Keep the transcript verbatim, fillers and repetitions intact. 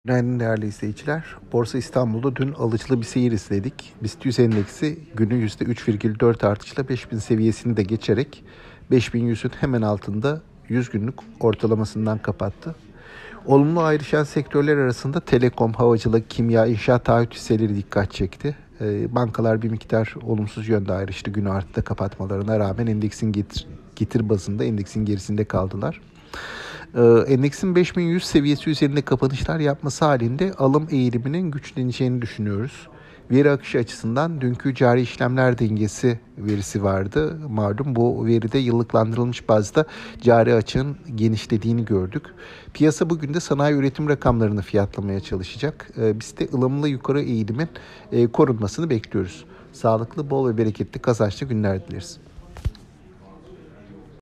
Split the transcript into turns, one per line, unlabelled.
Günaydın değerli izleyiciler. Borsa İstanbul'da dün alıcılı bir seyir izledik. BIST yüz endeksi günü yüzde üç virgül dört artışla beş bin seviyesini de geçerek beş bin yüzün hemen altında yüz günlük ortalamasından kapattı. Olumlu ayrışan sektörler arasında telekom, havacılık, kimya, inşaat, taahhüt hisseleri dikkat çekti. Bankalar bir miktar olumsuz yönde ayrıştı. Günü artıda kapatmalarına rağmen endeksin getir, getir bazında endeksin gerisinde kaldılar. Endeksin beş bin yüz seviyesi üzerinde kapanışlar yapması halinde alım eğiliminin güçleneceğini düşünüyoruz. Veri akışı açısından dünkü cari işlemler dengesi verisi vardı. Malum bu veride yıllıklandırılmış bazda cari açığın genişlediğini gördük. Piyasa bugün de sanayi üretim rakamlarını fiyatlamaya çalışacak. Biz de ılımlı yukarı eğilimin korunmasını bekliyoruz. Sağlıklı, bol ve bereketli, kazançlı günler dileriz.